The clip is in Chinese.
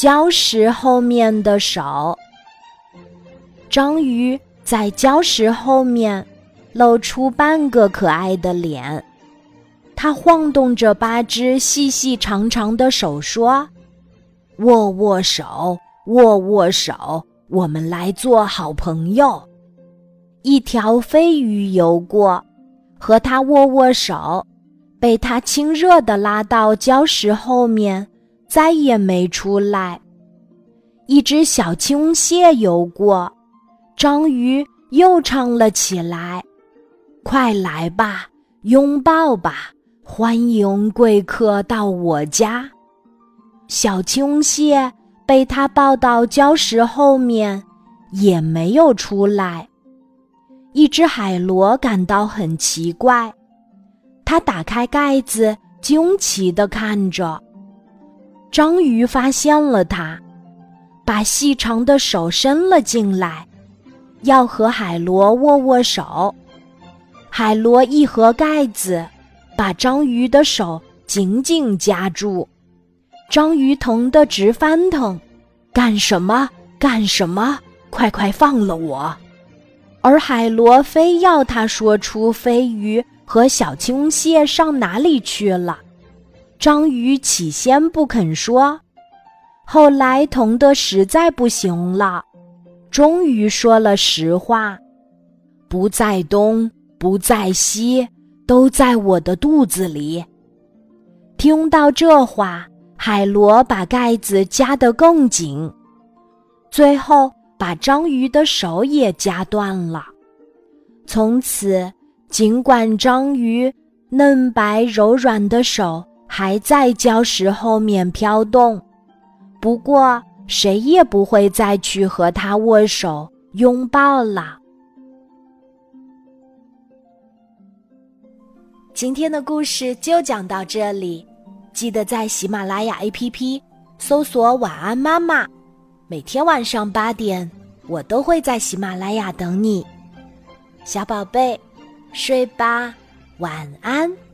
礁石后面的手。章鱼在礁石后面露出半个可爱的脸，它晃动着8只细细长长的手说：握握手，握握手，我们来做好朋友。一条飞鱼游过，和它握握手，被它亲热地拉到礁石后面，再也没出来。一只小青蟹游过，章鱼又唱了起来：快来吧，拥抱吧，欢迎贵客到我家。小青蟹被它抱到礁石后面，也没有出来。一只海螺感到很奇怪，它打开盖子，惊奇地看着。章鱼发现了它，把细长的手伸了进来，要和海螺握握手。海螺一合盖子，把章鱼的手紧紧夹住。章鱼疼得直翻腾，干什么？干什么？快快放了我！而海螺非要他说出飞鱼和小青蟹上哪里去了。章鱼起先不肯说，后来疼得实在不行了，终于说了实话：不在东，不在西，都在我的肚子里。听到这话，海螺把盖子夹得更紧，最后把章鱼的手也夹断了。从此，尽管章鱼嫩白柔软的手还在礁石后面飘动，不过谁也不会再去和它握手拥抱了。今天的故事就讲到这里，记得在喜马拉雅 APP 搜索晚安妈妈，每天晚上8点，我都会在喜马拉雅等你。小宝贝，睡吧，晚安。